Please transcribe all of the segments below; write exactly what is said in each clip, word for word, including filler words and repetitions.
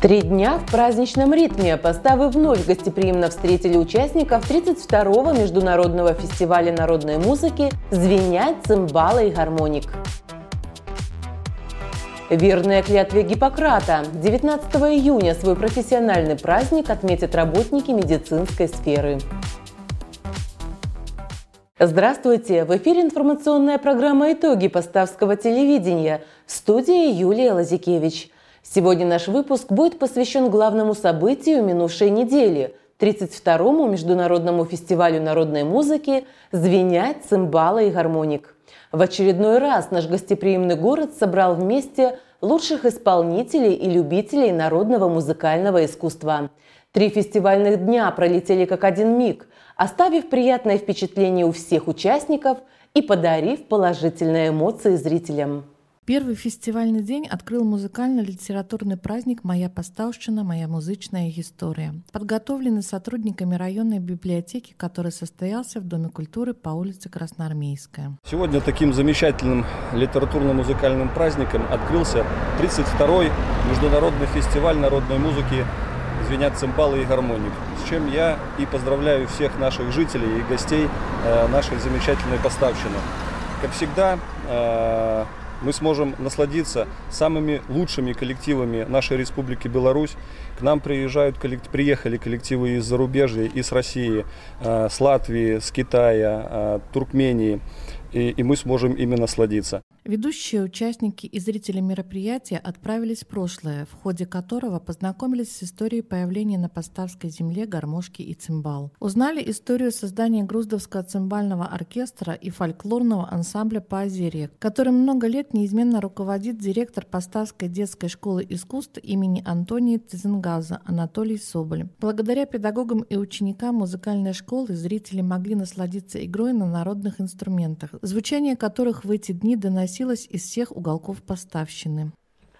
Три дня в праздничном ритме поставы вновь гостеприимно встретили участников тридцать второго международного фестиваля народной музыки «Звенят цимбалы и гармоник». Верная клятве Гиппократа. девятнадцатого июня свой профессиональный праздник отметят работники медицинской сферы. Здравствуйте! В эфире информационная программа «Итоги Поставского телевидения». В студии Юлия Лазикевич. Сегодня наш выпуск будет посвящен главному событию минувшей недели – тридцать второму международному фестивалю народной музыки «Звенят цимбалы и гармоник». В очередной раз наш гостеприимный город собрал вместе лучших исполнителей и любителей народного музыкального искусства. Три фестивальных дня пролетели как один миг, оставив приятное впечатление у всех участников и подарив положительные эмоции зрителям. Первый фестивальный день открыл музыкально-литературный праздник «Моя Поставщина. Моя музычная история», подготовленный сотрудниками районной библиотеки, который состоялся в Доме культуры по улице Красноармейская. Сегодня таким замечательным литературно-музыкальным праздником открылся тридцать второй международный фестиваль народной музыки «Звенят цимбалы и гармоник», с чем я и поздравляю всех наших жителей и гостей нашей замечательной Поставщины. Как всегда, мы сможем насладиться самыми лучшими коллективами нашей Республики Беларусь. К нам приезжают, приехали коллективы из зарубежья, из России, с Латвии, с Китая, Туркмении, и, и мы сможем ими насладиться. Ведущие участники и зрители мероприятия отправились в прошлое, в ходе которого познакомились с историей появления на Поставской земле гармошки и цимбал. Узнали историю создания Груздовского цимбального оркестра и фольклорного ансамбля «Поозерье», которым много лет неизменно руководит директор Поставской детской школы искусств имени Антония Тизенгаза Анатолий Соболь. Благодаря педагогам и ученикам музыкальной школы зрители могли насладиться игрой на народных инструментах, звучание которых в эти дни доносилось из всех уголков Поставщины.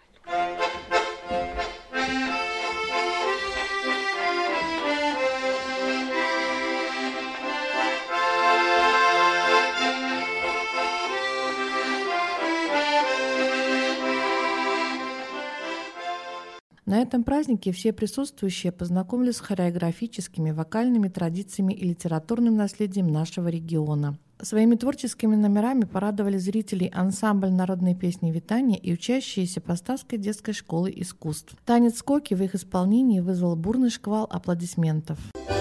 На этом празднике все присутствующие познакомились с хореографическими, вокальными традициями и литературным наследием нашего региона. Своими творческими номерами порадовали зрителей ансамбль народной песни «Витания» и учащиеся Поставской детской школы искусств. Танец скоки в их исполнении вызвал бурный шквал аплодисментов.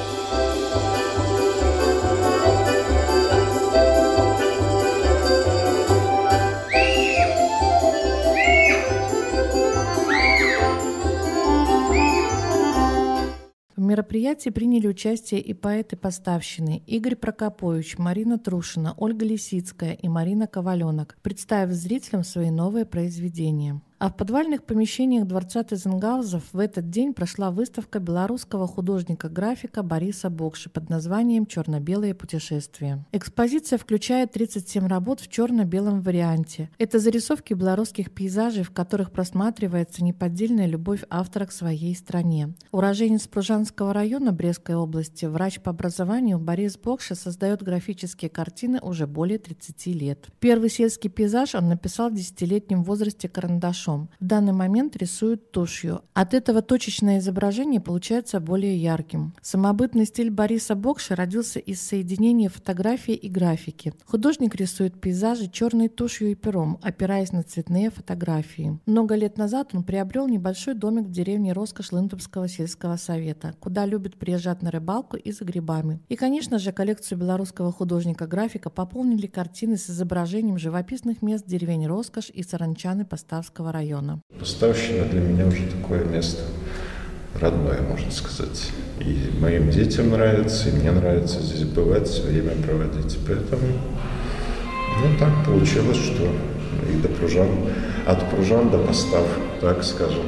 В мероприятии приняли участие и поэты Поставщины Игорь Прокопович, Марина Трушина, Ольга Лисицкая и Марина Коваленок, представив зрителям свои новые произведения. А в подвальных помещениях Дворца Тизенгаузов в этот день прошла выставка белорусского художника-графика Бориса Бокши под названием «Черно-белые путешествия». Экспозиция включает тридцать семь работ в черно-белом варианте. Это зарисовки белорусских пейзажей, в которых просматривается неподдельная любовь автора к своей стране. Уроженец Пружанского района Брестской области, врач по образованию Борис Бокши создает графические картины уже более тридцати лет. Первый сельский пейзаж он написал в десятилетнем возрасте карандашом. В данный момент рисует тушью. От этого точечное изображение получается более ярким. Самобытный стиль Бориса Бокши родился из соединения фотографии и графики. Художник рисует пейзажи черной тушью и пером, опираясь на цветные фотографии. Много лет назад он приобрел небольшой домик в деревне Роскошь Лынтовского сельского совета, куда любят приезжать на рыбалку и за грибами. И, конечно же, коллекцию белорусского художника-графика пополнили картины с изображением живописных мест деревень Роскошь и Саранчаны Поставского района. района. Поставщина для меня уже такое место родное, можно сказать. И моим детям нравится, и мне нравится здесь бывать, время проводить. Поэтому, ну, так получилось, что и до Пружан, от Пружан до Постав, так скажем.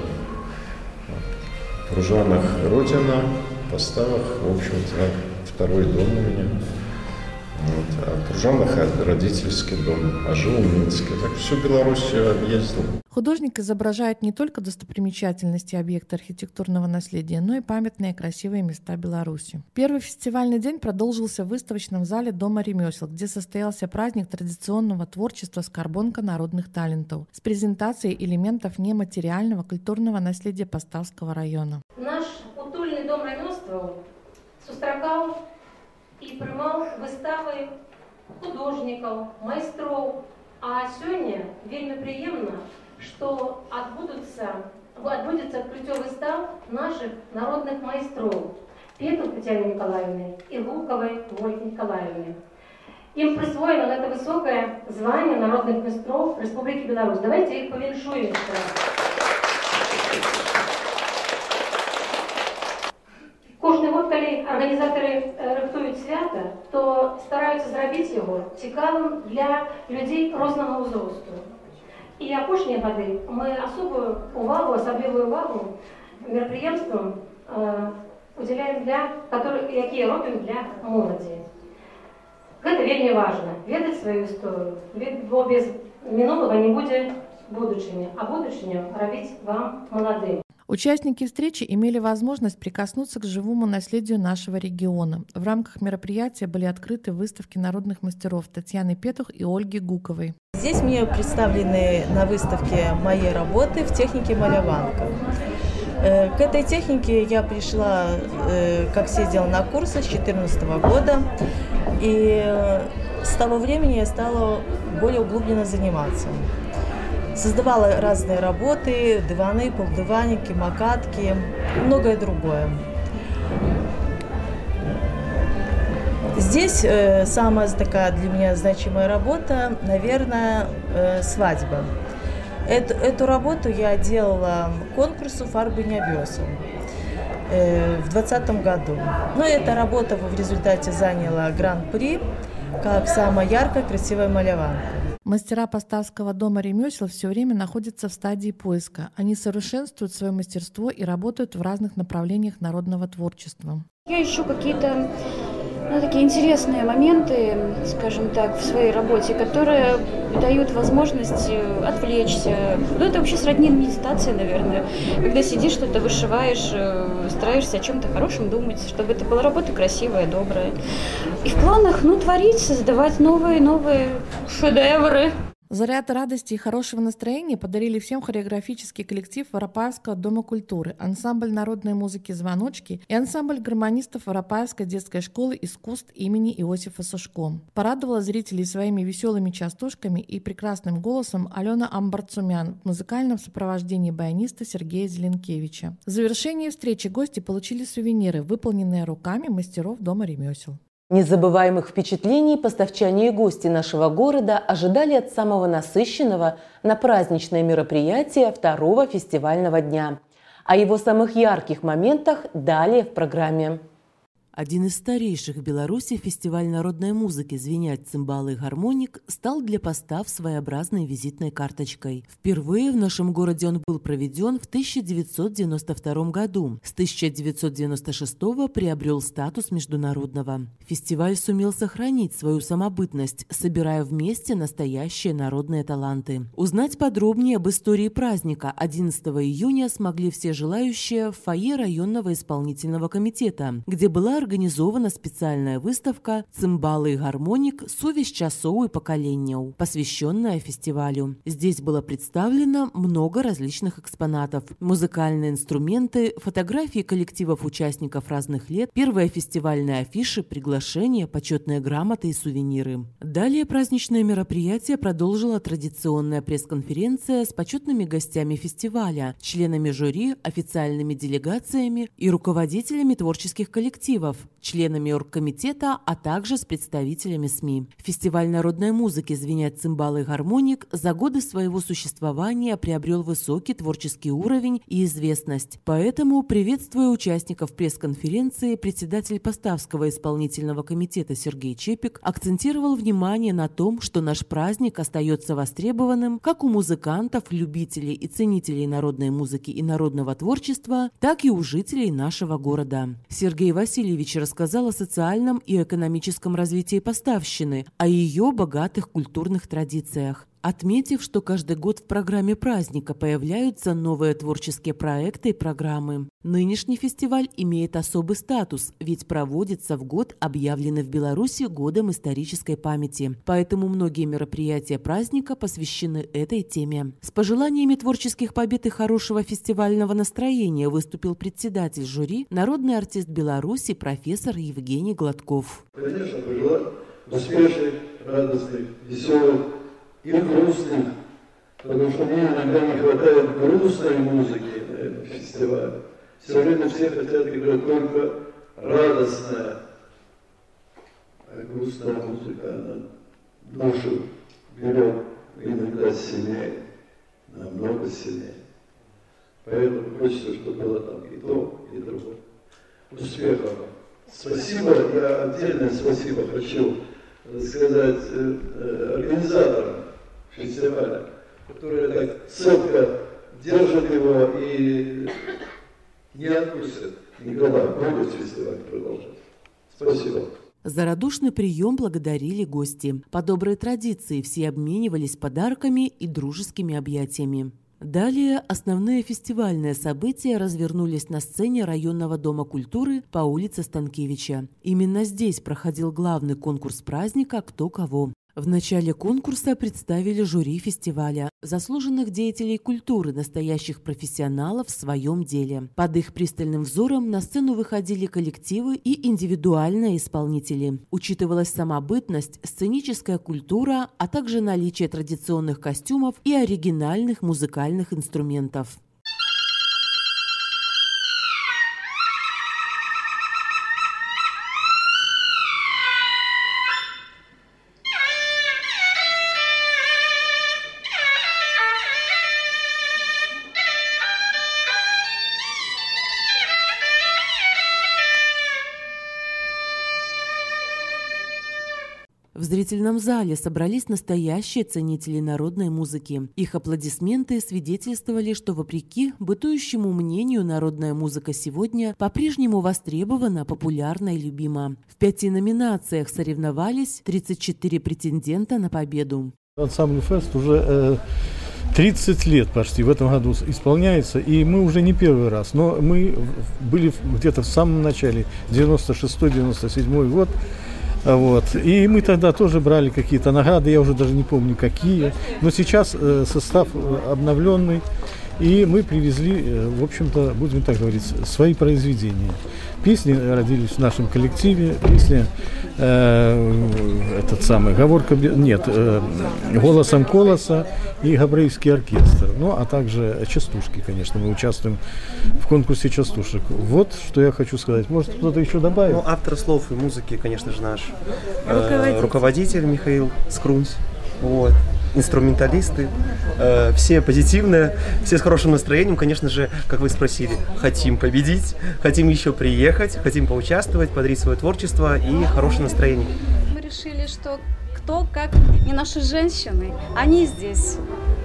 В Пружанах родина, в Поставах, в общем-то, второй дом у меня. Вот. окружен их родительский дом, а жил в Минске. Так всю Белоруссию объездил. Художник изображает не только достопримечательности объекта архитектурного наследия, но и памятные красивые места Беларуси. Первый фестивальный день продолжился в выставочном зале Дома ремесел, где состоялся праздник традиционного творчества «Скарбонка народных талентов» с презентацией элементов нематериального культурного наследия Поставского района. Наш утульный дом ремесел сустракал и приймал выставы художников, майстров. А сегодня вельми приемно, что отбудется, отбудется открытие выстав наших народных майстров Петух Татьяны Николаевны и Луковой Вольки Николаевны. Им присвоено это высокое звание народных майстров Республики Беларусь. Давайте их повіншуємо. Кожний год, коли організатори рихтують свята, то стараються зробити його цікавим для людей різного возрасту. І опошні годи ми особу увагу, особливу увагу мероприємствам э, уділяємо для, які робимо для молоді. Це вельми важливо, ведати свою історію, бо без минулого не буде будущего, а будущее робити вам молодим. Участники встречи имели возможность прикоснуться к живому наследию нашего региона. В рамках мероприятия были открыты выставки народных мастеров Татьяны Петух и Ольги Гуковой. Здесь мне представлены на выставке мои работы в технике маляванка. К этой технике я пришла, как сидела на курсы, с две тысячи четырнадцатого года. И с того времени я стала более углубленно заниматься. Создавала разные работы, диваны, полдиваники, макатки, многое другое. Здесь э, самая такая для меня значимая работа, наверное, э, свадьба. Эту, эту работу я делала конкурсу «Фарбы небесел» э, в двадцатом году. Но эта работа в результате заняла гран-при как самая яркая, красивая маляванка. Мастера Поставского дома ремесел все время находятся в стадии поиска. Они совершенствуют свое мастерство и работают в разных направлениях народного творчества. Я ищу какие-то ну, такие интересные моменты, скажем так, в своей работе, которые дают возможность отвлечься. Ну, это вообще сродни медитации, наверное. Когда сидишь, что-то вышиваешь, стараешься о чем-то хорошем думать, чтобы это была работа красивая, добрая. И в планах, ну, творить, создавать новые, новые шедевры. Заряд радости и хорошего настроения подарили всем хореографический коллектив Воропаевского дома культуры, ансамбль народной музыки «Звоночки» и ансамбль гармонистов Воропаевской детской школы искусств имени Иосифа Сушко. Порадовала зрителей своими веселыми частушками и прекрасным голосом Алена Амбарцумян в музыкальном сопровождении баяниста Сергея Зеленкевича. В завершении встречи гости получили сувениры, выполненные руками мастеров дома ремесел. Незабываемых впечатлений поставчане и гости нашего города ожидали от самого насыщенного на праздничное мероприятие второго фестивального дня. О его самых ярких моментах далее в программе. Один из старейших в Беларуси фестиваль народной музыки «Звенят цимбалы и гармоник» стал для Постав своеобразной визитной карточкой. Впервые в нашем городе он был проведен в тысяча девятьсот девяносто втором году. С тысяча девятьсот девяносто шестого приобрел статус международного. Фестиваль сумел сохранить свою самобытность, собирая вместе настоящие народные таланты. Узнать подробнее об истории праздника одиннадцатого июня смогли все желающие в фойе районного исполнительного комитета, где была организована специальная выставка «Цимбалы и гармоник. Совесть часов и поколений», посвященная фестивалю. Здесь было представлено много различных экспонатов: музыкальные инструменты, фотографии коллективов участников разных лет, первые фестивальные афиши, приглашения, почетные грамоты и сувениры. Далее праздничное мероприятие продолжила традиционная пресс-конференция с почетными гостями фестиваля, членами жюри, официальными делегациями и руководителями творческих коллективов, членами оргкомитета, а также с представителями СМИ. Фестиваль народной музыки «Звенят цимбалы и гармоник» за годы своего существования приобрел высокий творческий уровень и известность. Поэтому, приветствуя участников пресс-конференции, председатель Поставского исполнительного комитета Сергей Чепик акцентировал внимание на том, что наш праздник остается востребованным как у музыкантов, любителей и ценителей народной музыки и народного творчества, так и у жителей нашего города. Сергей Васильевич Станкевич рассказал о социальном и экономическом развитии Поставщины, о ее богатых культурных традициях, отметив, что каждый год в программе праздника появляются новые творческие проекты и программы. Нынешний фестиваль имеет особый статус, ведь проводится в год, объявленный в Беларуси годом исторической памяти. Поэтому многие мероприятия праздника посвящены этой теме. С пожеланиями творческих побед и хорошего фестивального настроения выступил председатель жюри, народный артист Беларуси, профессор Евгений Гладков. Конечно, пожелать успешных, радостных, веселых и грустных, потому что мне иногда не хватает грустной музыки на этом фестивале. Все время все хотят играть только радостная, а грустная музыка, она душу берет иногда сильнее, намного сильнее. Поэтому хочется, чтобы было там и то, и другое. Успехов! Спасибо, я отдельное спасибо хочу сказать организаторам фестиваля, которые так цепко держат его и не отпустят никогда. Будет фестиваль продолжать. Спасибо. За радушный прием благодарили гости. По доброй традиции все обменивались подарками и дружескими объятиями. Далее основные фестивальные события развернулись на сцене районного дома культуры по улице Станкевича. Именно здесь проходил главный конкурс праздника «Кто кого». В начале конкурса представили жюри фестиваля, заслуженных деятелей культуры, настоящих профессионалов в своем деле. Под их пристальным взором на сцену выходили коллективы и индивидуальные исполнители. Учитывалась самобытность, сценическая культура, а также наличие традиционных костюмов и оригинальных музыкальных инструментов. В зрительном зале собрались настоящие ценители народной музыки. Их аплодисменты свидетельствовали, что вопреки бытующему мнению народная музыка сегодня по-прежнему востребована, популярна и любима. В пяти номинациях соревновались тридцать четыре претендента на победу. Ансамбль «Фест» уже э, тридцать лет почти в этом году исполняется, и мы уже не первый раз, но мы были где-то в самом начале, девяносто шестой — девяносто седьмой год. Вот. И мы тогда тоже брали какие-то награды, я уже даже не помню какие. Но сейчас э, состав обновленный, и мы привезли, э, в общем-то, будем так говорить, свои произведения. Песни родились в нашем коллективе, песни э, этот самый «Говорка», нет, э, «Голосом колоса» и «Габрейский оркестр». Ну, а также частушки, конечно, мы участвуем в конкурсе частушек. Вот что я хочу сказать. Может, кто-то еще добавит? Ну, автор слов и музыки, конечно же, наш руководитель, э, руководитель Михаил Скрунсь. Вот. Инструменталисты, э, все позитивные, все с хорошим настроением, конечно же, как вы спросили, хотим победить, хотим еще приехать, хотим поучаствовать, подарить свое творчество и хорошее настроение. Мы решили, что кто, как не наши женщины, они здесь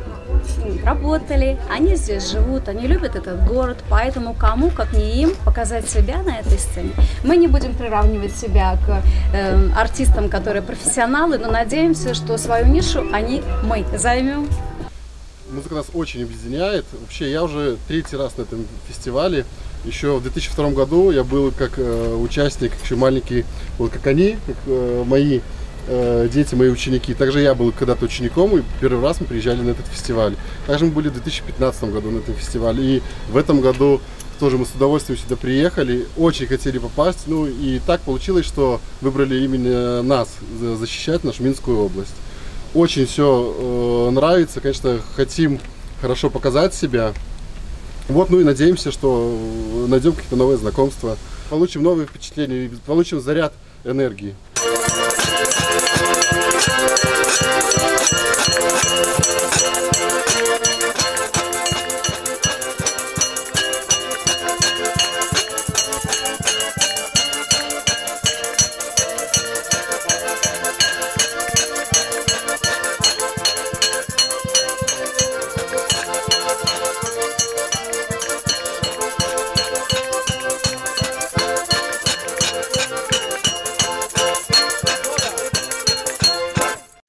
работали, они здесь живут, они любят этот город, поэтому кому, как не им, показать себя на этой сцене. Мы не будем приравнивать себя к э, артистам, которые профессионалы, но надеемся, что свою нишу они, мы займем. Музыка нас очень объединяет. Вообще, я уже третий раз на этом фестивале. Еще в две тысячи втором году я был как э, участник, еще маленький, вот как они, как э, мои дети, мои ученики. Также я был когда-то учеником, и первый раз мы приезжали на этот фестиваль. Также мы были в две тысячи пятнадцатом году на этом фестивале. И в этом году тоже мы с удовольствием сюда приехали, очень хотели попасть. Ну и так получилось, что выбрали именно нас защищать нашу Минскую область. Очень все э, нравится, конечно, хотим хорошо показать себя. Вот, ну и надеемся, что найдем какие-то новые знакомства, получим новые впечатления, получим заряд энергии.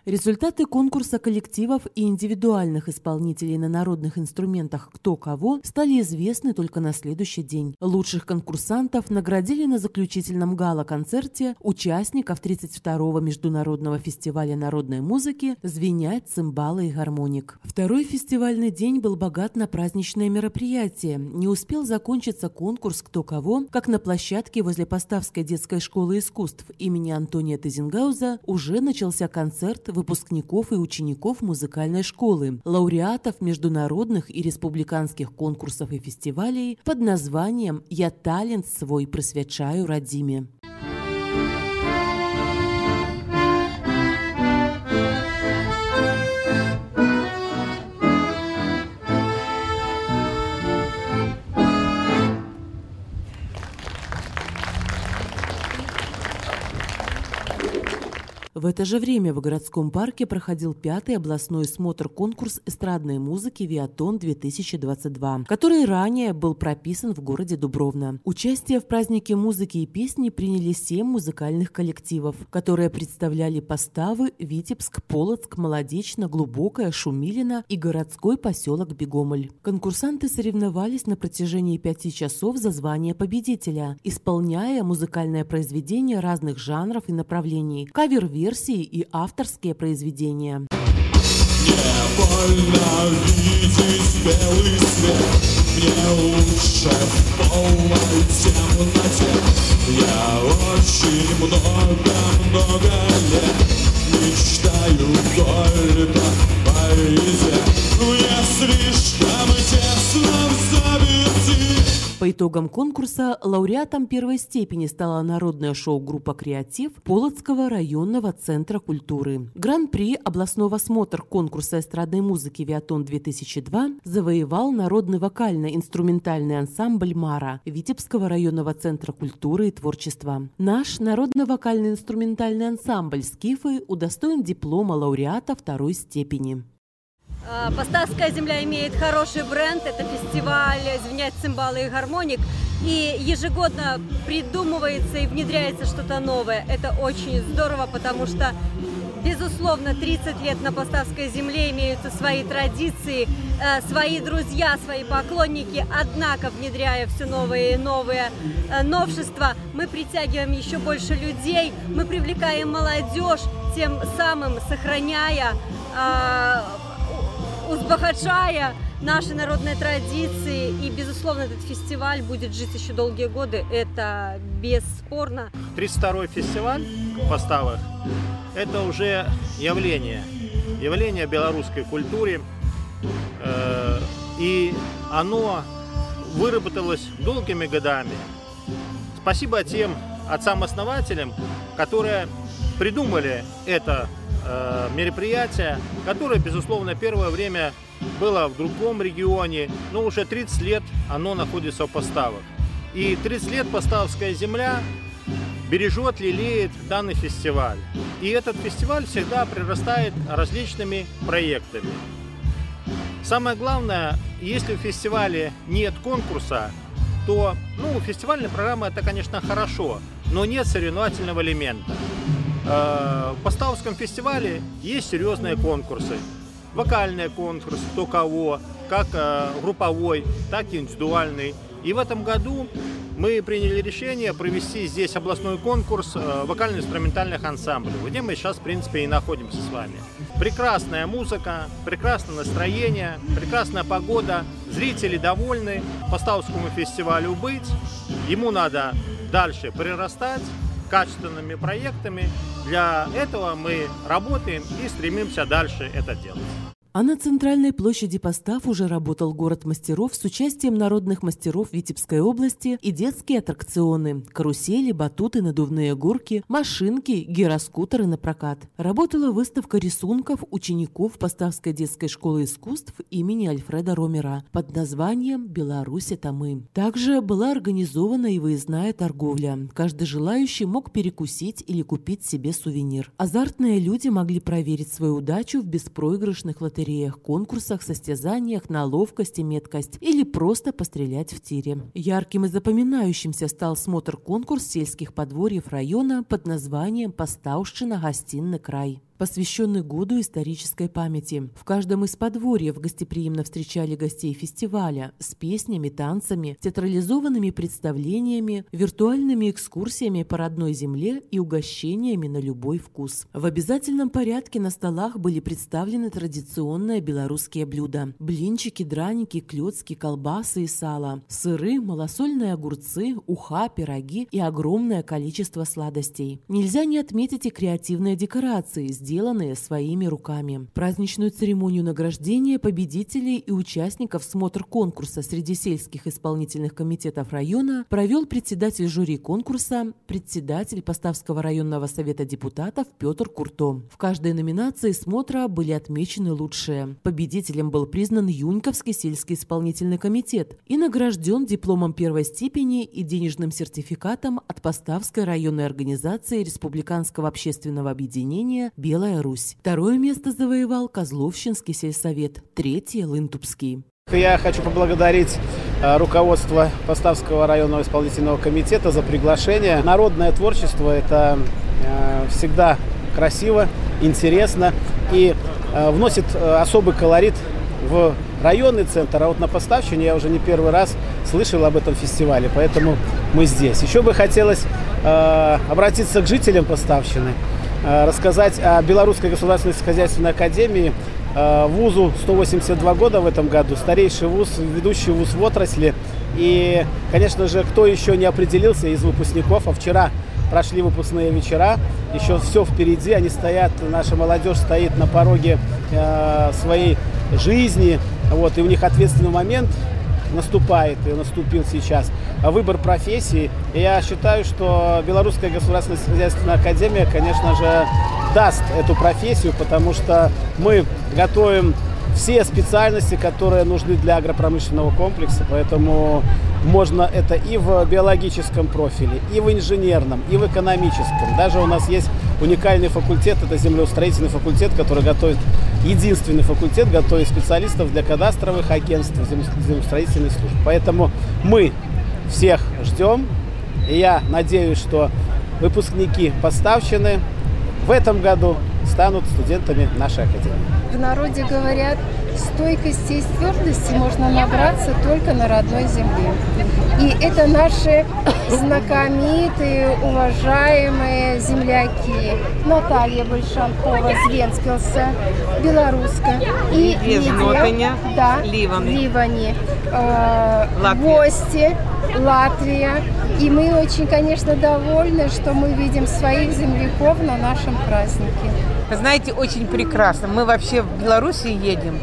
Результаты конкурса коллективов и индивидуальных исполнителей на народных инструментах «Кто кого» стали известны только на следующий день. Лучших конкурсантов наградили на заключительном гала-концерте участников тридцать второго международного фестиваля народной музыки «Звенят цимбалы и гармоник». Второй фестивальный день был богат на праздничные мероприятия. Не успел закончиться конкурс «Кто кого», как на площадке возле Поставской детской школы искусств имени Антония Тезенгауза уже начался концерт выпускников и учеников музыкальной школы, лауреатов международных и республиканских конкурсов и фестивалей под названием «Я талент свой присвячаю родиме». В это же время в городском парке проходил пятый областной смотр-конкурс эстрадной музыки «Виатон-две тысячи двадцать два», который ранее был прописан в городе Дубровна. Участие в празднике музыки и песни приняли семь музыкальных коллективов, которые представляли Поставы, Витебск, Полоцк, Молодечно, Глубокое, Шумилино и городской поселок Бегомоль. Конкурсанты соревновались на протяжении пяти часов за звание победителя, исполняя музыкальное произведение разных жанров и направлений, кавер-версии и авторские произведения. Мне больно видеть белый свет, мне лучше в полной темноте. Я очень много-много лет мечтаю только о еде. Мне слишком тесно в заперти. По итогам конкурса лауреатом первой степени стала народное шоу-группа «Креатив» Полоцкого районного центра культуры. Гран-при областного смотр-конкурса эстрадной музыки «Виатон-две тысячи два» завоевал народный вокально-инструментальный ансамбль «Мара» Витебского районного центра культуры и творчества. Наш народно-вокальный инструментальный ансамбль «Скифы» удостоен диплома лауреата второй степени. Поставская земля имеет хороший бренд, это фестиваль «Звенят цимбалы и гармоник», и ежегодно придумывается и внедряется что-то новое. Это очень здорово, потому что, безусловно, тридцать лет на Поставской земле имеются свои традиции, свои друзья, свои поклонники, однако, внедряя все новые и новые новшества, мы притягиваем еще больше людей, мы привлекаем молодежь, тем самым сохраняя, узбагачая наши народные традиции, и, безусловно, этот фестиваль будет жить еще долгие годы, это бесспорно. тридцать второй фестиваль в Поставах – это уже явление, явление белорусской культуры, э, и оно выработалось долгими годами. Спасибо тем отцам-основателям, которые придумали это мероприятие, которое, безусловно, первое время было в другом регионе, но уже тридцать лет оно находится в Поставах. И тридцать лет Поставская земля бережет, лелеет данный фестиваль. И этот фестиваль всегда прирастает различными проектами. Самое главное, если в фестивале нет конкурса, то, ну, фестивальная программа — это, конечно, хорошо, но нет соревновательного элемента. В Поставском фестивале есть серьезные конкурсы. Вокальный конкурс, кто кого, как групповой, так и индивидуальный. И в этом году мы приняли решение провести здесь областной конкурс вокально-инструментальных ансамблей, где мы сейчас, в принципе, и находимся с вами. Прекрасная музыка, прекрасное настроение, прекрасная погода, зрители довольны. Поставскому фестивалю быть, ему надо дальше прирастать качественными проектами. Для этого мы работаем и стремимся дальше это делать. А на центральной площади Постав уже работал город мастеров с участием народных мастеров Витебской области и детские аттракционы, карусели, батуты, надувные горки, машинки, гироскутеры на прокат. Работала выставка рисунков учеников Поставской детской школы искусств имени Альфреда Ромера под названием «Беларусь – это мы». Также была организована и выездная торговля. Каждый желающий мог перекусить или купить себе сувенир. Азартные люди могли проверить свою удачу в беспроигрышных лотереях, конкурсах, состязаниях на ловкость и меткость или просто пострелять в тире. Ярким и запоминающимся стал смотр-конкурс сельских подворьев района под названием «Поставщина. Гостиный край». посвященный году исторической памяти. В каждом из подворьев гостеприимно встречали гостей фестиваля с песнями, танцами, театрализованными представлениями, виртуальными экскурсиями по родной земле и угощениями на любой вкус. В обязательном порядке на столах были представлены традиционные белорусские блюда: блинчики, драники, клёцки, колбасы и сало, сыры, малосольные огурцы, уха, пироги и огромное количество сладостей. Нельзя не отметить и креативные декорации, сделанные своими руками. Праздничную церемонию награждения победителей и участников смотр-конкурса среди сельских исполнительных комитетов района провел председатель жюри конкурса, председатель Поставского районного совета депутатов Петр Курто. В каждой номинации смотра были отмечены лучшие. Победителем был признан Юньковский сельский исполнительный комитет и награжден дипломом первой степени и денежным сертификатом от Поставской районной организации Республиканского общественного объединения «Белая Русь». Второе место завоевал Козловщинский сельсовет, третье – Лынтупский. Я хочу поблагодарить руководство Поставского районного исполнительного комитета за приглашение. Народное творчество – это всегда красиво, интересно и вносит особый колорит в районный центр. А вот на Поставщине я уже не первый раз слышал об этом фестивале, поэтому мы здесь. Еще бы хотелось обратиться к жителям Поставщины, рассказать о Белорусской государственной сельскохозяйственной академии, вузу сто восемьдесят два года в этом году, старейший вуз, ведущий вуз в отрасли. И, конечно же, кто еще не определился из выпускников, а вчера прошли выпускные вечера, еще все впереди, они стоят, наша молодежь стоит на пороге э, своей жизни, вот, и у них ответственный момент наступает и наступил сейчас, выбор профессии. И я считаю, что Белорусская государственная сельскохозяйственная академия, конечно же, даст эту профессию, потому что мы готовим все специальности, которые нужны для агропромышленного комплекса, поэтому можно это и в биологическом профиле, и в инженерном, и в экономическом. Даже у нас есть уникальный факультет, это землеустроительный факультет, который готовит, единственный факультет, готовит специалистов для кадастровых агентств, землеустроительных служб. Поэтому мы всех ждем, и я надеюсь, что выпускники Поставщины в этом году станут студентами нашей академии. В народе говорят, стойкости и твердости можно набраться только на родной земле. И это наши знакомитые, уважаемые земляки. Наталья Большанкова с Венспилса, белоруска. И Лидия, да, Ливани, Ливани э, гости, Латвия. И мы очень, конечно, довольны, что мы видим своих земляков на нашем празднике. Вы знаете, очень прекрасно. Мы вообще в Беларуси едем,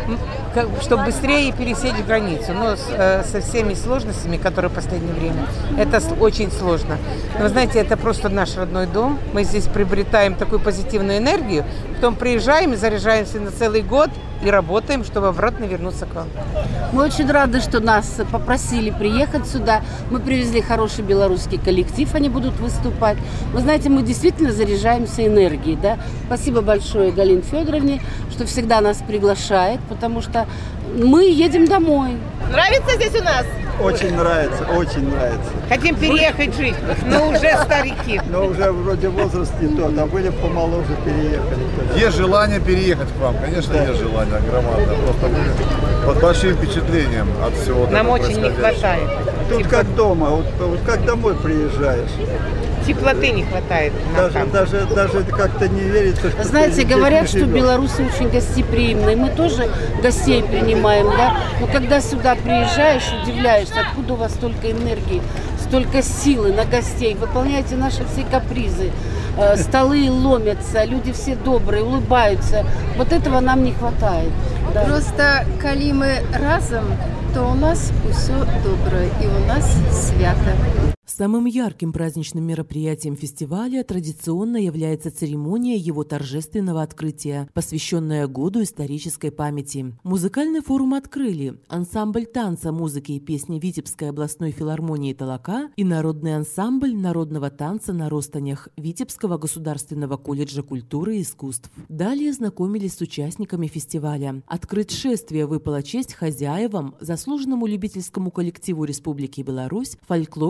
чтобы быстрее пересечь границу. Но с, э, со всеми сложностями, которые в последнее время, это очень сложно. Но вы знаете, это просто наш родной дом. Мы здесь приобретаем такую позитивную энергию, потом приезжаем и заряжаемся на целый год и работаем, чтобы обратно вернуться к вам. Мы очень рады, что нас попросили приехать сюда. Мы привезли хороший белорусский коллектив, они будут выступать. Вы знаете, мы действительно заряжаемся энергией. Да? Спасибо большое Галине Федоровне, что всегда нас приглашает, потому что мы едем домой. Нравится здесь у нас? Очень нравится, очень нравится. Хотим переехать жить, но уже старики. Но уже вроде возраст не тот, а были помоложе, переехали. Есть желание переехать к вам, конечно, да. Есть желание громадное. Просто мы под большим впечатлением от всего. Нам очень не хватает. Тут Типа... как дома, вот, вот как домой приезжаешь. Теплоты не хватает. Даже, даже, даже как-то не верится, что знаете, говорят, что белорусы очень гостеприимные. Мы тоже гостей принимаем, да? Но когда сюда приезжаешь, удивляешься, откуда у вас столько энергии, столько силы на гостей. Выполняете наши все капризы. Столы ломятся, люди все добрые, улыбаются. Вот этого нам не хватает. Да. Просто, коли мы разом, то у нас все доброе и у нас свято. Самым ярким праздничным мероприятием фестиваля традиционно является церемония его торжественного открытия, посвященная году исторической памяти. Музыкальный форум открыли ансамбль танца, музыки и песни Витебской областной филармонии «Толока» и народный ансамбль народного танца на Ростанях Витебского государственного колледжа культуры и искусств. Далее знакомились с участниками фестиваля. Открыть шествие выпала честь хозяевам, заслуженному любительскому коллективу Республики Беларусь, фольклорному ансамблю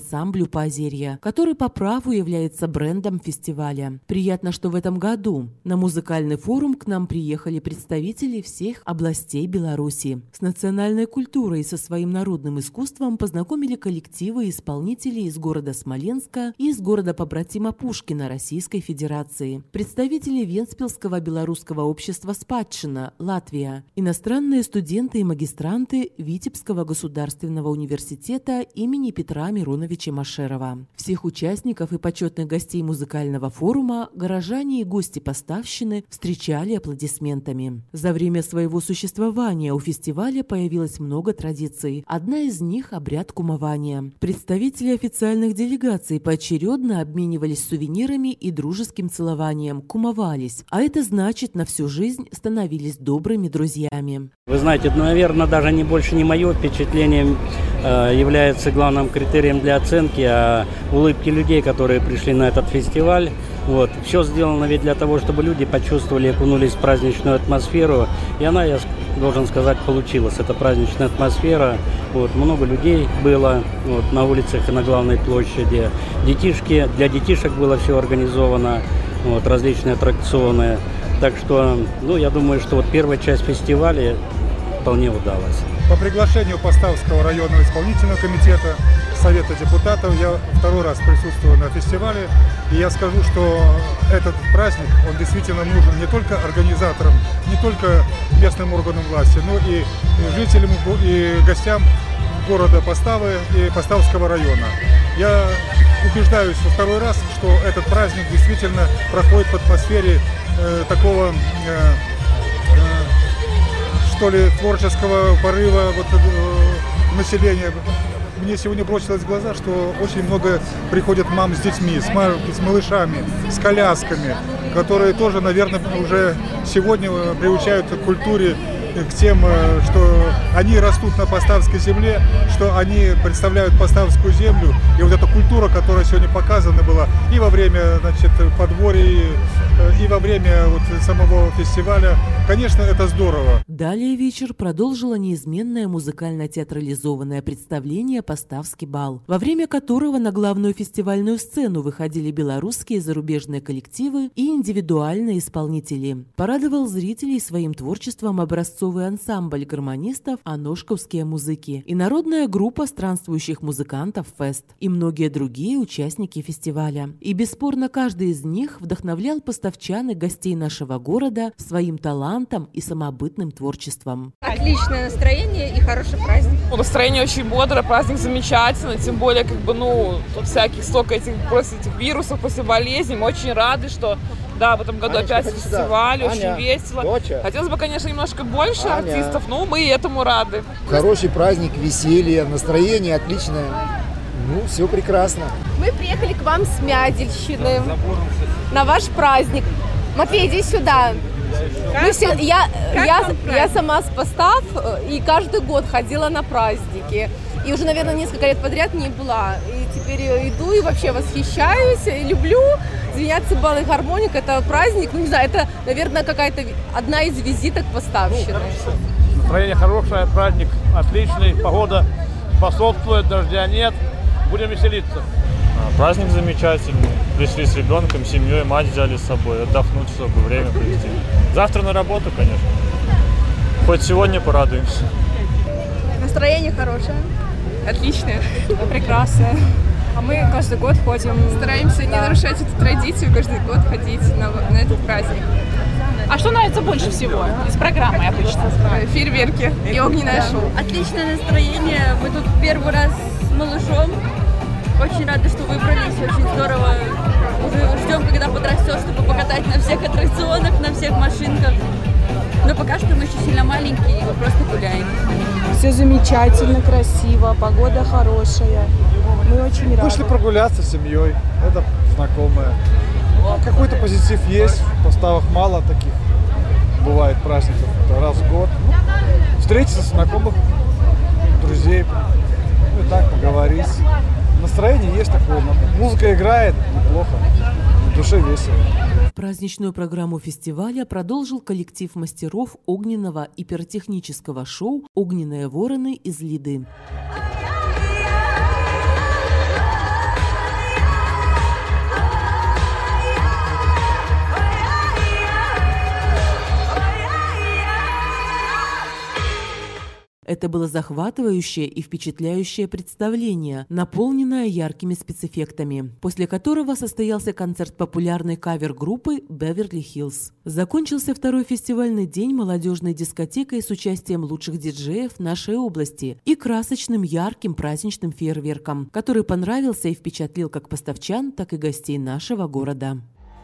ансамблю «Поозерье», который по праву является брендом фестиваля. Приятно, что в этом году на музыкальный форум к нам приехали представители всех областей Беларуси. С национальной культурой и со своим народным искусством познакомили коллективы и исполнителей из города Смоленска и из города побратима Пушкина Российской Федерации, представители Вентспилского белорусского общества «Спадщина» Латвия, иностранные студенты и магистранты Витебского государственного университета имени Петра Мироновича Машерова. Всех участников и почетных гостей музыкального форума горожане и гости поставщины встречали аплодисментами. За время своего существования у фестиваля появилось много традиций. Одна из них – обряд кумования. Представители официальных делегаций поочередно обменивались сувенирами и дружеским целованием, кумовались. А это значит, на всю жизнь становились добрыми друзьями. Вы знаете, наверное, даже не больше не мое впечатление э, является главным критерием для оценки, а улыбки людей, которые пришли на этот фестиваль. Вот. Все сделано ведь для того, чтобы люди почувствовали, окунулись в праздничную атмосферу. И она, я должен сказать, получилась. Это праздничная атмосфера. Вот. Много людей было вот, на улицах и на главной площади. Детишки, для детишек было все организовано, вот, различные аттракционы. Так что, ну, я думаю, что вот первая часть фестиваля вполне удалась. По приглашению Поставского районного исполнительного комитета Совета депутатов я второй раз присутствую на фестивале. И я скажу, что этот праздник, он действительно нужен не только организаторам, не только местным органам власти, но и жителям и гостям города Поставы и Поставского района. Я убеждаюсь во второй раз, что этот праздник действительно проходит в атмосфере э, такого, э, э, что ли, творческого порыва вот, э, населения. Мне сегодня бросилось в глаза, что очень много приходят мам с детьми, с, мал- с малышами, с колясками, которые тоже, наверное, уже сегодня приучают к культуре, к тем, что они растут на Поставской земле, что они представляют Поставскую землю. И вот эта культура, которая сегодня показана была и во время, значит, подворья, и во время вот самого фестиваля, конечно, это здорово. Далее вечер продолжило неизменное музыкально-театрализованное представление «Поставский бал», во время которого на главную фестивальную сцену выходили белорусские и зарубежные коллективы и индивидуальные исполнители. Порадовал зрителей своим творчеством образцовый ансамбль гармонистов «Аношковские музыки» и народная группа странствующих музыкантов «Фест» и многие другие участники фестиваля. И бесспорно каждый из них вдохновлял поставчан и гостей нашего города своим талантом и самобытным творчеством. Отличное настроение и хороший праздник. Настроение очень бодрое, праздник замечательный, тем более, как бы, ну, тут всяких столько этих, просто этих вирусов после болезней. Мы очень рады, что, да, в этом году Анечка, опять фестиваль, очень Аня, весело. Доча. Хотелось бы, конечно, немножко больше Аня. артистов, но мы и этому рады. Хороший праздник, веселье, настроение отличное. Ну, все прекрасно. Мы приехали к вам с Мядельщины на ваш праздник. Матвей, иди сюда. Мы все, я, я, я сама с Постав и каждый год ходила на праздники. И уже, наверное, несколько лет подряд не была. И теперь иду и вообще восхищаюсь, и люблю. Звенят цимбалы и гармоник. Это праздник, ну не знаю, это, наверное, какая-то одна из визиток Поставщины. Настроение хорошее, праздник отличный, погода способствует, дождя нет. Будем веселиться. Праздник замечательный. Пришли с ребенком, семьей, мать взяли с собой, отдохнуть, чтобы время провести. Завтра на работу, конечно. Хоть сегодня порадуемся. Настроение хорошее. Отличное. Прекрасное. А мы каждый год ходим. Стараемся да. не нарушать эту традицию, каждый год ходить на, на этот праздник. А что нравится больше всего из программы обычно? Фейерверки и огненное да. шоу. Отличное настроение. Мы тут первый раз с малышом. Очень рада, что выбрались. Очень здорово. Уже ждем, когда подрастет, чтобы покатать на всех аттракционах, на всех машинках. Но пока что мы еще сильно маленькие, и мы просто гуляем. Все замечательно, красиво, погода хорошая. Мы очень рады. Вышли прогуляться с семьей. Это знакомое. Какой-то позитив есть. В Поставах мало таких бывает праздников. Это раз в год. Встретиться с знакомых, друзей. Ну и так поговорить. Настроение есть такое. Музыка играет неплохо. В душе весело. Праздничную программу фестиваля продолжил коллектив мастеров огненного и пиротехнического шоу «Огненные вороны» из Лиды. Это было захватывающее и впечатляющее представление, наполненное яркими спецэффектами, после которого состоялся концерт популярной кавер-группы «Беверли Хиллз». Закончился второй фестивальный день молодежной дискотекой с участием лучших диджеев нашей области и красочным ярким праздничным фейерверком, который понравился и впечатлил как поставчан, так и гостей нашего города.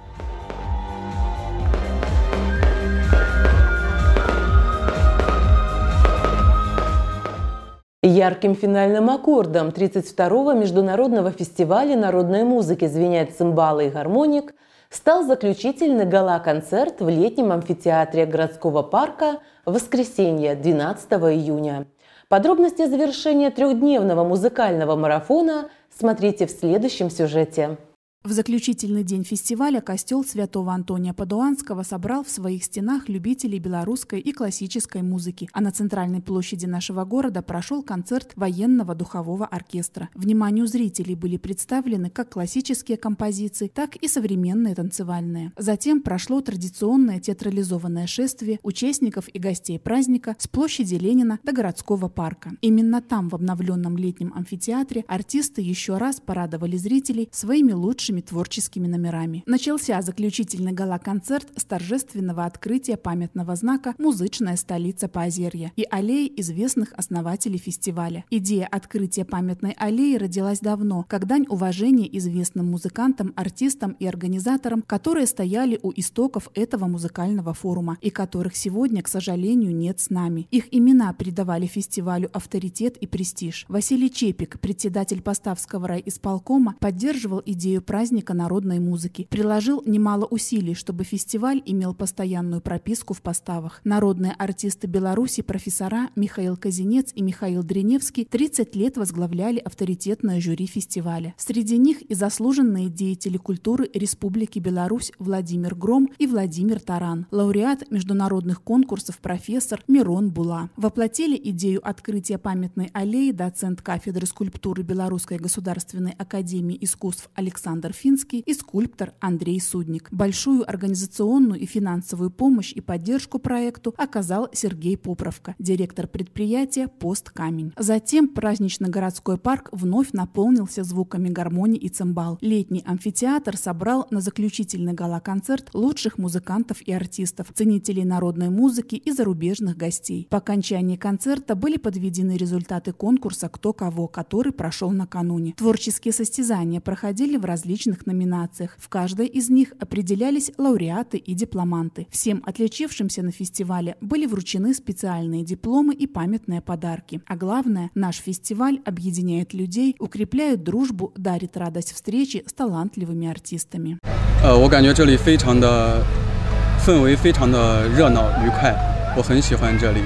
Ярким финальным аккордом тридцать второго международного фестиваля народной музыки «Звенят цимбалы и гармоник» стал заключительный гала-концерт в летнем амфитеатре городского парка в воскресенье, двенадцатого июня. Подробности завершения трехдневного музыкального марафона смотрите в следующем сюжете. В заключительный день фестиваля костел Святого Антония Падуанского собрал в своих стенах любителей белорусской и классической музыки, а на центральной площади нашего города прошел концерт военного духового оркестра. Вниманию зрителей были представлены как классические композиции, так и современные танцевальные. Затем прошло традиционное театрализованное шествие участников и гостей праздника с площади Ленина до городского парка. Именно там, в обновленном летнем амфитеатре, артисты еще раз порадовали зрителей своими лучшими творческими номерами. Начался заключительный гала-концерт с торжественного открытия памятного знака «Музычная столица Поозерья» и аллеи известных основателей фестиваля. Идея открытия памятной аллеи родилась давно, как дань уважения известным музыкантам, артистам и организаторам, которые стояли у истоков этого музыкального форума и которых сегодня, к сожалению, нет с нами. Их имена придавали фестивалю авторитет и престиж. Василий Чепик, председатель Поставского райисполкома, поддерживал идею праздника праздника народной музыки, приложил немало усилий, чтобы фестиваль имел постоянную прописку в поставах. Народные артисты Беларуси, профессора Михаил Казинец и Михаил Дреневский тридцать лет возглавляли авторитетное жюри фестиваля. Среди них и заслуженные деятели культуры Республики Беларусь Владимир Гром и Владимир Таран, лауреат международных конкурсов профессор Мирон Була. Воплотили идею открытия памятной аллеи доцент кафедры скульптуры Белорусской государственной академии искусств Александр Финский и скульптор Андрей Судник. Большую организационную и финансовую помощь и поддержку проекту оказал Сергей Попровка, директор предприятия «Посткамень». Затем празднично-городской парк вновь наполнился звуками гармонии и цимбал. Летний амфитеатр собрал на заключительный гала-концерт лучших музыкантов и артистов, ценителей народной музыки и зарубежных гостей. По окончании концерта были подведены результаты конкурса «Кто кого», который прошел накануне. Творческие состязания проходили в различных номинациях. В каждой из них определялись лауреаты и дипломанты. Всем отличившимся на фестивале были вручены специальные дипломы и памятные подарки. А главное, наш фестиваль объединяет людей, укрепляет дружбу, дарит радость встречи с талантливыми артистами. 呃，我感觉这里非常的氛围非常的热闹愉快，我很喜欢这里。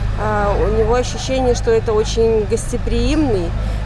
У него ощущение, что это очень гостеприимный,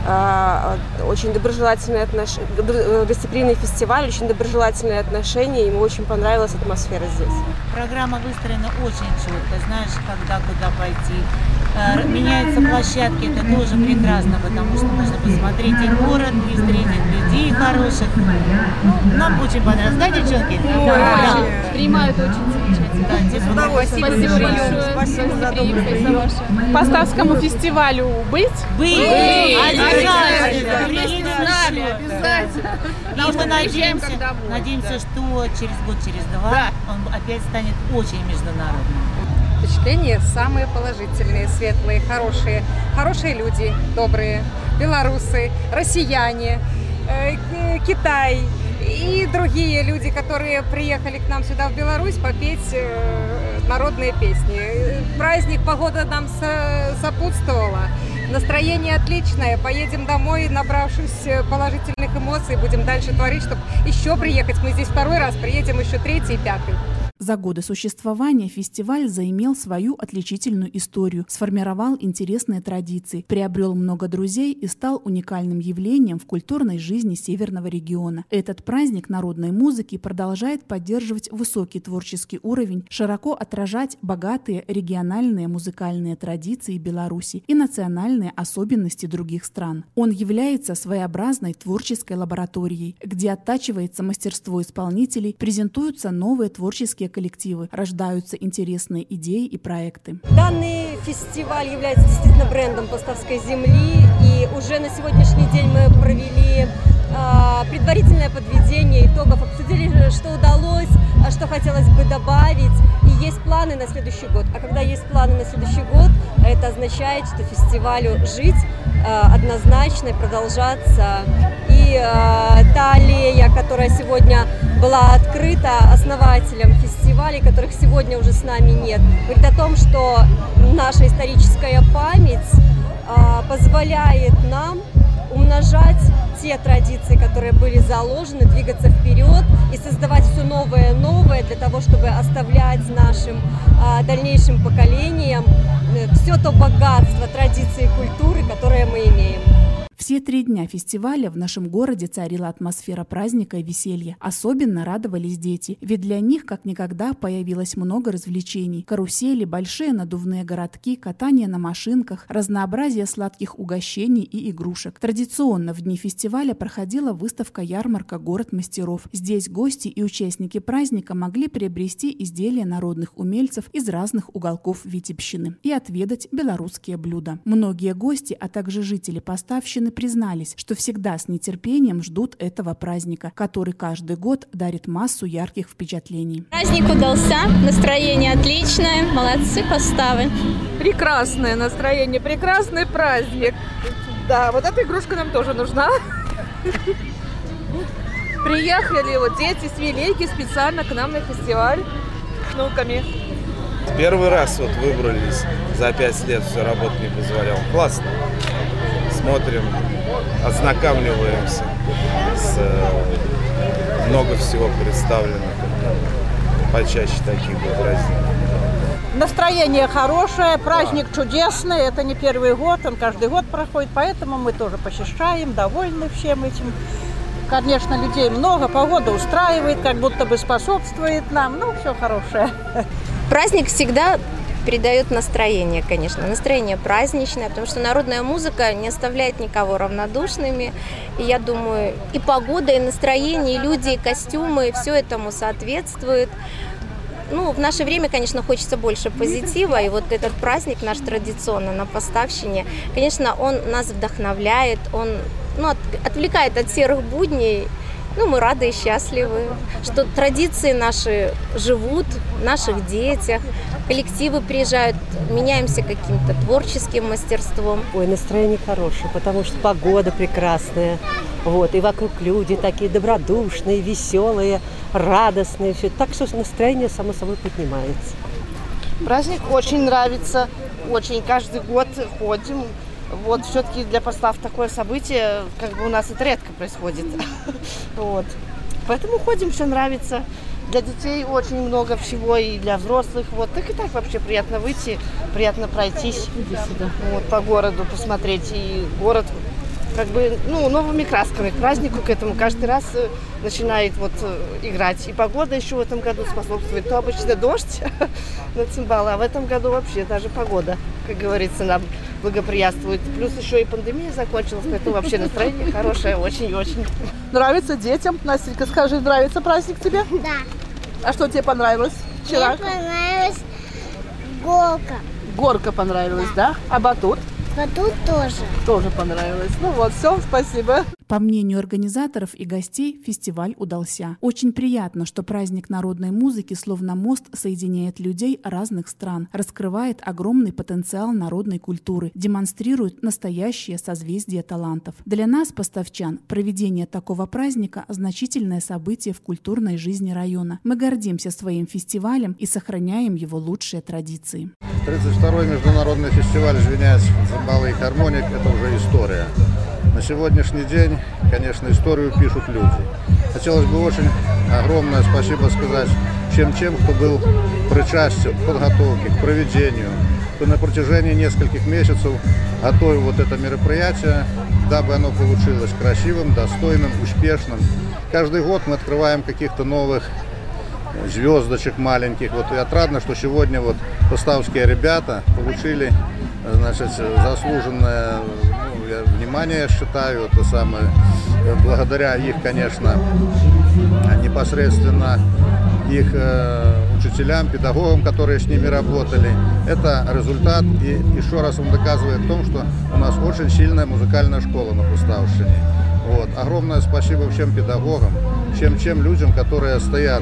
очень доброжелательный отнош... гостеприимный фестиваль, очень доброжелательные отношения. Ему очень понравилась атмосфера здесь. Программа выстроена очень четко, знаешь, когда куда пойти. Меняются площадки, это тоже прекрасно, потому что можно посмотреть и город, и встретить людей хороших. Ну, нам очень понравилось, да, девчонки? Да, да. Очень. Принимают очень замечательно. Да, спасибо, спасибо большое. Спасибо за доброе. Поставскому фестивалю быть? Быть! Обязательно! Вместе с нами, обязательно! И мы надеемся, надеемся, что через год, через два да. он опять станет очень международным. Впечатления самые положительные, светлые, хорошие. Хорошие люди, добрые, белорусы, россияне, э, Китай и другие люди, которые приехали к нам сюда в Беларусь попеть э, народные песни. Праздник, погода нам со- сопутствовала. Настроение отличное. Поедем домой, набравшись положительных эмоций, будем дальше творить, чтобы еще приехать. Мы здесь второй раз, приедем еще третий и пятый. За годы существования фестиваль заимел свою отличительную историю, сформировал интересные традиции, приобрел много друзей и стал уникальным явлением в культурной жизни Северного региона. Этот праздник народной музыки продолжает поддерживать высокий творческий уровень, широко отражать богатые региональные музыкальные традиции Беларуси и национальные особенности других стран. Он является своеобразной творческой лабораторией, где оттачивается мастерство исполнителей, презентуются новые творческие коллективы, рождаются интересные идеи и проекты. Данный фестиваль является действительно брендом Поставской земли, и уже на сегодняшний день мы провели э, предварительное подведение итогов, обсудили, что удалось, что хотелось бы добавить, и есть планы на следующий год. А когда есть планы на следующий год, это означает, что фестивалю жить э, однозначно и продолжаться. И э, та аллея, которая сегодня была открыта основателем фестиваля, которых сегодня уже с нами нет, говорит о том, что наша историческая память э, позволяет нам умножать те традиции, которые были заложены, двигаться вперед и создавать все новое и новое для того, чтобы оставлять нашим э, дальнейшим поколениям э, все то богатство традиций и культуры, которое мы имеем. Все три дня фестиваля в нашем городе царила атмосфера праздника и веселья. Особенно радовались дети, ведь для них как никогда появилось много развлечений. Карусели, большие надувные городки, катание на машинках, разнообразие сладких угощений и игрушек. Традиционно в дни фестиваля проходила выставка-ярмарка «Город мастеров». Здесь гости и участники праздника могли приобрести изделия народных умельцев из разных уголков Витебщины и отведать белорусские блюда. Многие гости, а также жители Поставщины признались, что всегда с нетерпением ждут этого праздника, который каждый год дарит массу ярких впечатлений. Праздник удался, настроение отличное, молодцы Поставы. Прекрасное настроение, прекрасный праздник. Да, вот эта игрушка нам тоже нужна. Приехали вот дети с Велики специально к нам на фестиваль с внуками. Первый раз вот выбрались, за пять лет все работать не позволял. Классно. Смотрим, ознакомливаемся, с, много всего представлено, почаще таких праздников. Настроение хорошее, праздник чудесный, это не первый год, он каждый год проходит, поэтому мы тоже посещаем, довольны всем этим. Конечно, людей много, погода устраивает, как будто бы способствует нам, ну, все хорошее. Праздник всегда придает настроение, конечно, настроение праздничное, потому что народная музыка не оставляет никого равнодушными. И я думаю, и погода, и настроение, и люди, и костюмы, все этому соответствует. Ну, в наше время, конечно, хочется больше позитива, и вот этот праздник наш традиционный на Поставщине, конечно, он нас вдохновляет, он ну, от, отвлекает от серых будней. Ну, мы рады и счастливы, что традиции наши живут в наших детях, коллективы приезжают, меняемся каким-то творческим мастерством. Ой, настроение хорошее, потому что погода прекрасная, вот, и вокруг люди такие добродушные, веселые, радостные, все. Так что настроение само собой поднимается. Праздник очень нравится, очень каждый год ходим. Вот все-таки для Постав такое событие, как бы у нас это редко происходит. Вот. Поэтому ходим, все нравится. Для детей очень много всего, и для взрослых. Вот. Так и так вообще приятно выйти, приятно пройтись вот, по городу, посмотреть. И город как бы ну, новыми красками к празднику, к этому каждый раз начинает вот, играть. И погода еще в этом году способствует. То обычно дождь на цимбалы, а в этом году вообще даже погода, как говорится, нам благоприятствует. Плюс еще и пандемия закончилась, поэтому вообще настроение хорошее, очень и очень. Нравится детям? Настенька, скажи, нравится праздник тебе? Да. А что тебе понравилось вчера? Мне понравилась горка. Горка понравилась, да? А батут? Батут тоже. Тоже понравилось. Ну вот, все, спасибо. По мнению организаторов и гостей, фестиваль удался. Очень приятно, что праздник народной музыки словно мост соединяет людей разных стран, раскрывает огромный потенциал народной культуры, демонстрирует настоящее созвездие талантов. Для нас, поставчан, проведение такого праздника – значительное событие в культурной жизни района. Мы гордимся своим фестивалем и сохраняем его лучшие традиции. тридцать второй международный фестиваль «Звенять цимбалы и гармоник» – это уже история. На сегодняшний день, конечно, историю пишут люди. Хотелось бы очень огромное спасибо сказать всем тем, кто был причастен к подготовке, к проведению, кто на протяжении нескольких месяцев готовил вот это мероприятие, дабы оно получилось красивым, достойным, успешным. Каждый год мы открываем каких-то новых звездочек маленьких. Вот и отрадно, что сегодня вот поставские ребята получили, значит, заслуженное ну, я, внимание, я считаю, это самое, благодаря их, конечно, непосредственно их э, учителям, педагогам, которые с ними работали. Это результат и еще раз он доказывает в том, что у нас очень сильная музыкальная школа на Поставщине. Вот. Огромное спасибо всем педагогам, всем тем людям, которые стоят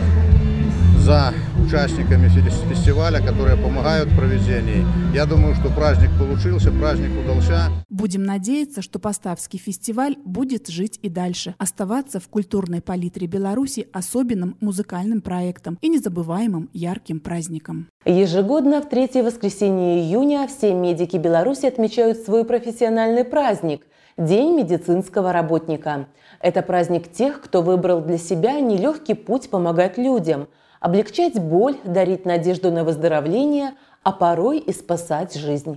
за участниками фестиваля, которые помогают в проведении. Я думаю, что праздник получился, праздник удался. Будем надеяться, что Поставский фестиваль будет жить и дальше, оставаться в культурной палитре Беларуси особенным музыкальным проектом и незабываемым ярким праздником. Ежегодно в третье воскресенье июня все медики Беларуси отмечают свой профессиональный праздник – День медицинского работника. Это праздник тех, кто выбрал для себя нелегкий путь помогать людям, облегчать боль, дарить надежду на выздоровление, а порой и спасать жизнь.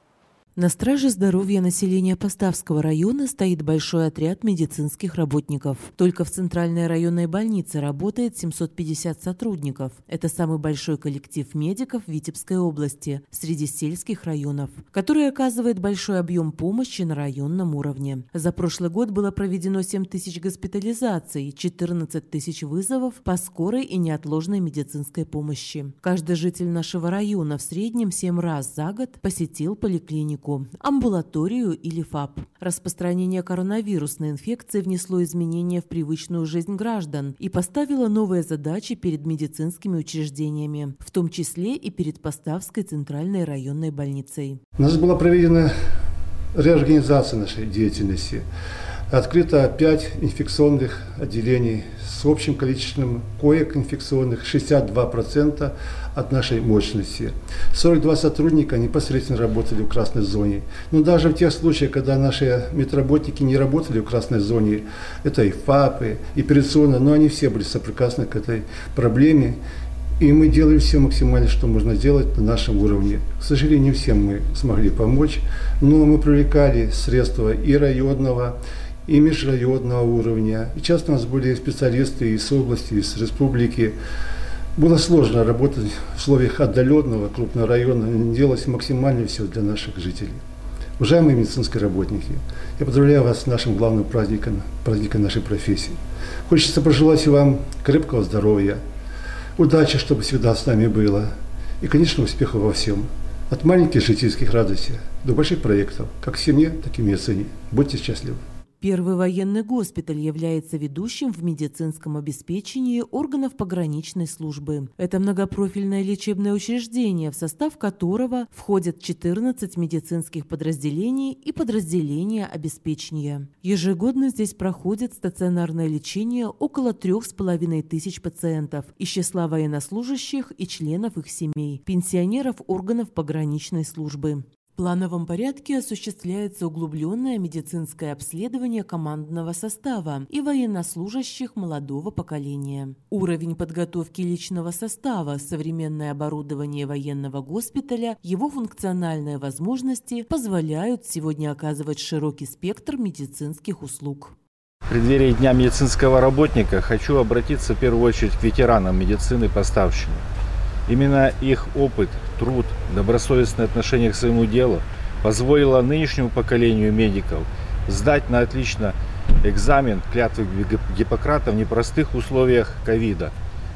На страже здоровья населения Поставского района стоит большой отряд медицинских работников. Только в Центральной районной больнице работает семьсот пятьдесят сотрудников. Это самый большой коллектив медиков в Витебской области среди сельских районов, который оказывает большой объем помощи на районном уровне. За прошлый год было проведено семь тысяч госпитализаций, четырнадцать тысяч вызовов по скорой и неотложной медицинской помощи. Каждый житель нашего района в среднем семь раз за год посетил поликлинику, амбулаторию или ФАП. Распространение коронавирусной инфекции внесло изменения в привычную жизнь граждан и поставило новые задачи перед медицинскими учреждениями, в том числе и перед Поставской центральной районной больницей. У нас была проведена реорганизация нашей деятельности. Открыто пять инфекционных отделений с общим количеством коек инфекционных шестьдесят два процента от нашей мощности. сорок два сотрудника непосредственно работали в красной зоне. Но даже в тех случаях, когда наши медработники не работали в красной зоне, это и ФАПы, и операционные, но они все были соприкасны к этой проблеме. И мы делаем все максимально, что можно сделать на нашем уровне. К сожалению, не всем мы смогли помочь, но мы привлекали средства и районного, и межрайонного уровня. И часто у нас были специалисты из области, из республики. Было сложно работать в условиях отдаленного крупного района, делать максимально все для наших жителей. Уважаемые медицинские работники, я поздравляю вас с нашим главным праздником, праздником нашей профессии. Хочется пожелать вам крепкого здоровья, удачи, чтобы всегда с нами было, и, конечно, успехов во всем. От маленьких житейских радостей до больших проектов, как в семье, так и в медицине. Будьте счастливы. Первый военный госпиталь является ведущим в медицинском обеспечении органов пограничной службы. Это многопрофильное лечебное учреждение, в состав которого входят четырнадцать медицинских подразделений и подразделения обеспечения. Ежегодно здесь проходит стационарное лечение около трех с половиной тысяч пациентов из числа военнослужащих и членов их семей, пенсионеров органов пограничной службы. В плановом порядке осуществляется углубленное медицинское обследование командного состава и военнослужащих молодого поколения. Уровень подготовки личного состава, современное оборудование военного госпиталя, его функциональные возможности позволяют сегодня оказывать широкий спектр медицинских услуг. В преддверии Дня медицинского работника хочу обратиться в первую очередь к ветеранам медицины Поставщины. Именно их опыт, труд, добросовестное отношение к своему делу позволило нынешнему поколению медиков сдать на отлично экзамен клятвы Гиппократа в непростых условиях ковида.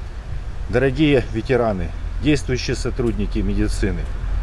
Дорогие ветераны, действующие сотрудники медицины,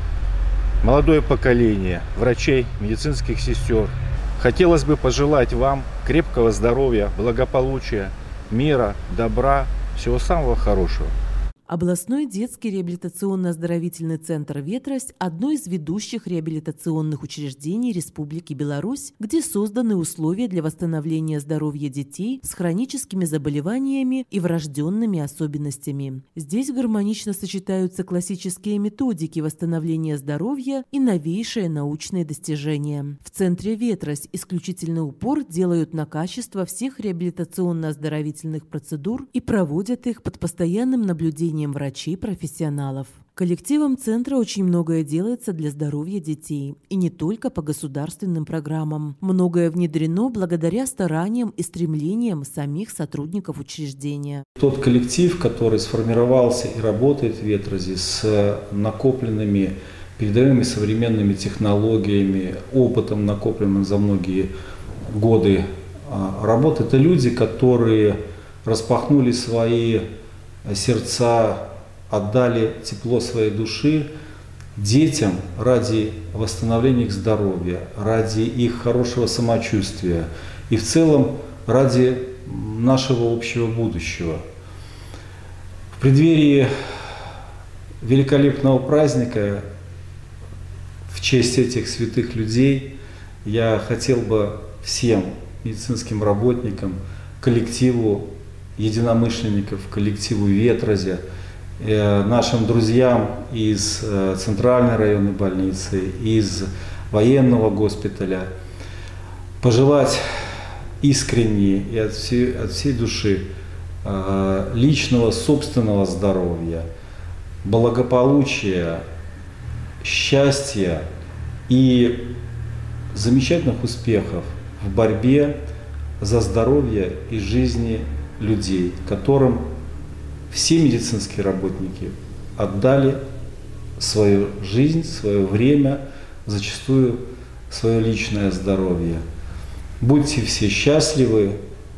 молодое поколение врачей, медицинских сестер, хотелось бы пожелать вам крепкого здоровья, благополучия, мира, добра, всего самого хорошего. Областной детский реабилитационно-оздоровительный центр «Ветрость» – одно из ведущих реабилитационных учреждений Республики Беларусь, где созданы условия для восстановления здоровья детей с хроническими заболеваниями и врожденными особенностями. Здесь гармонично сочетаются классические методики восстановления здоровья и новейшие научные достижения. В центре «Ветрость» исключительный упор делают на качество всех реабилитационно-оздоровительных процедур и проводят их под постоянным наблюдением врачей-профессионалов. Коллективом центра очень многое делается для здоровья детей. И не только по государственным программам. Многое внедрено благодаря стараниям и стремлениям самих сотрудников учреждения. Тот коллектив, который сформировался и работает в Ветрозе с накопленными, передовыми современными технологиями, опытом, накопленным за многие годы работы, это люди, которые распахнули свои сердца, отдали тепло своей души детям ради восстановления их здоровья, ради их хорошего самочувствия и в целом ради нашего общего будущего. В преддверии великолепного праздника в честь этих святых людей я хотел бы всем медицинским работникам, коллективу единомышленников, коллективу Ветрази, нашим друзьям из Центральной районной больницы, из военного госпиталя пожелать искренне и от всей, от всей души личного собственного здоровья, благополучия, счастья и замечательных успехов в борьбе за здоровье и жизни людей, которым все медицинские работники отдали свою жизнь, свое время, зачастую свое личное здоровье. Будьте все счастливы,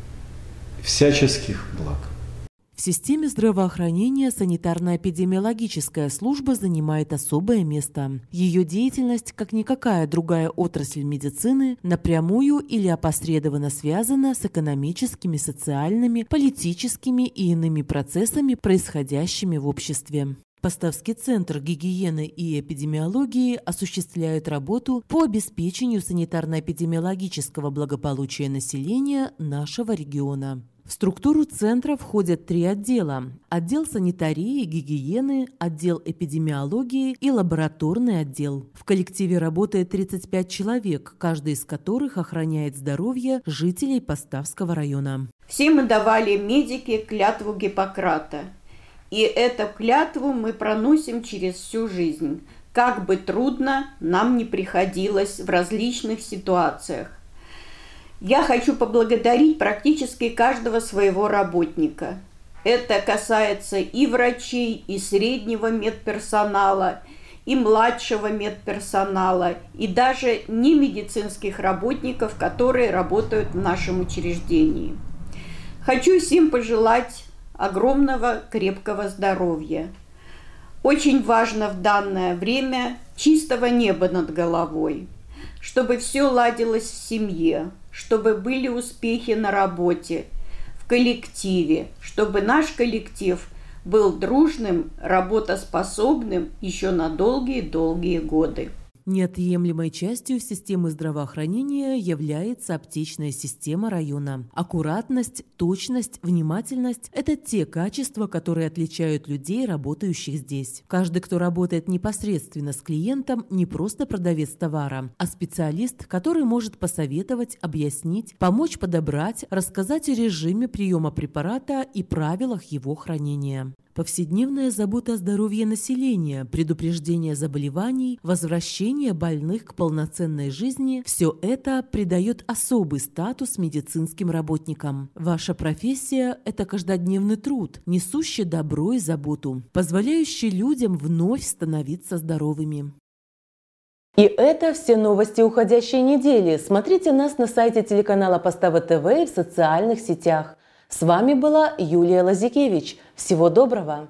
всяческих благ. В системе здравоохранения санитарно-эпидемиологическая служба занимает особое место. Ее деятельность, как никакая другая отрасль медицины, напрямую или опосредованно связана с экономическими, социальными, политическими и иными процессами, происходящими в обществе. Поставский центр гигиены и эпидемиологии осуществляет работу по обеспечению санитарно-эпидемиологического благополучия населения нашего региона. В структуру центра входят три отдела – отдел санитарии, гигиены, отдел эпидемиологии и лабораторный отдел. В коллективе работает тридцать пять человек, каждый из которых охраняет здоровье жителей Поставского района. Все мы давали, медики, клятву Гиппократа. И эту клятву мы проносим через всю жизнь. Как бы трудно нам не приходилось в различных ситуациях. Я хочу поблагодарить практически каждого своего работника. Это касается и врачей, и среднего медперсонала, и младшего медперсонала, и даже немедицинских работников, которые работают в нашем учреждении. Хочу всем пожелать огромного крепкого здоровья. Очень важно в данное время чистого неба над головой, чтобы все ладилось в семье, чтобы были успехи на работе, в коллективе, чтобы наш коллектив был дружным, работоспособным еще на долгие-долгие годы. Неотъемлемой частью системы здравоохранения является аптечная система района. Аккуратность, точность, внимательность – это те качества, которые отличают людей, работающих здесь. Каждый, кто работает непосредственно с клиентом, не просто продавец товара, а специалист, который может посоветовать, объяснить, помочь подобрать, рассказать о режиме приема препарата и правилах его хранения. Повседневная забота о здоровье населения, предупреждение заболеваний, возвращение больных к полноценной жизни – все это придает особый статус медицинским работникам. Ваша профессия – это каждодневный труд, несущий добро и заботу, позволяющий людям вновь становиться здоровыми. И это все новости уходящей недели. Смотрите нас на сайте телеканала Постава ТВ и в социальных сетях. С вами была Юлия Лазикевич. Всего доброго!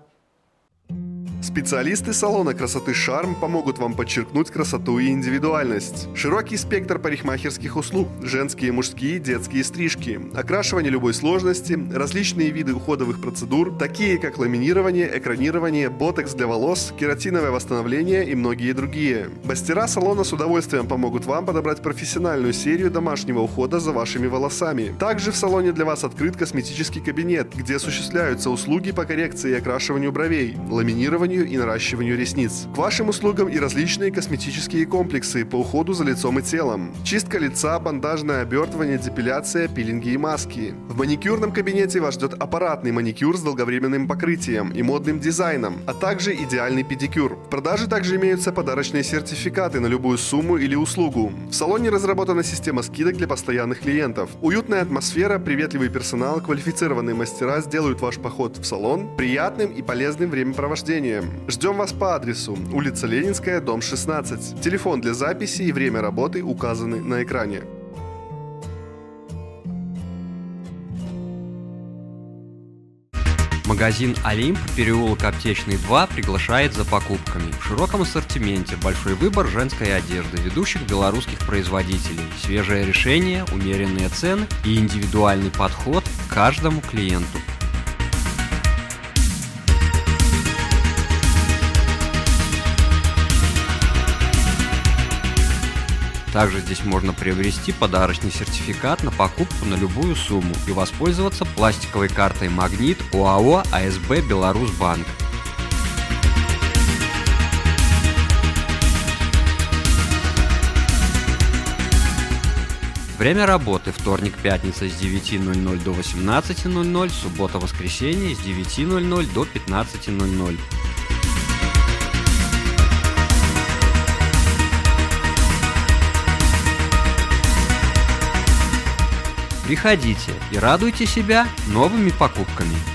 Специалисты салона красоты «Шарм» помогут вам подчеркнуть красоту и индивидуальность. Широкий спектр парикмахерских услуг, женские, мужские, детские стрижки, окрашивание любой сложности, различные виды уходовых процедур, такие как ламинирование, экранирование, ботокс для волос, кератиновое восстановление и многие другие. Мастера салона с удовольствием помогут вам подобрать профессиональную серию домашнего ухода за вашими волосами. Также в салоне для вас открыт косметический кабинет, где осуществляются услуги по коррекции и окрашиванию бровей, ламинированию и наращиванию ресниц. К вашим услугам и различные косметические комплексы по уходу за лицом и телом. Чистка лица, бандажное обертывание, депиляция, пилинги и маски. В маникюрном кабинете вас ждет аппаратный маникюр с долговременным покрытием и модным дизайном, а также идеальный педикюр. В продаже также имеются подарочные сертификаты на любую сумму или услугу. В салоне разработана система скидок для постоянных клиентов. Уютная атмосфера, приветливый персонал, квалифицированные мастера сделают ваш поход в салон приятным и полезным времяпровождением. Ждем вас по адресу улица Ленинская, дом шестнадцать. Телефон для записи и время работы указаны на экране. Магазин «Олимп», переулок Аптечный, два, приглашает за покупками. В широком ассортименте большой выбор женской одежды ведущих белорусских производителей, свежее решение, умеренные цены и индивидуальный подход к каждому клиенту. Также здесь можно приобрести подарочный сертификат на покупку на любую сумму и воспользоваться пластиковой картой «Магнит» ОАО АСБ «Беларусьбанк». Время работы: вторник-пятница с девяти ноль-ноль до восемнадцати ноль-ноль, суббота-воскресенье с девяти ноль-ноль до пятнадцати ноль-ноль. Приходите и радуйте себя новыми покупками.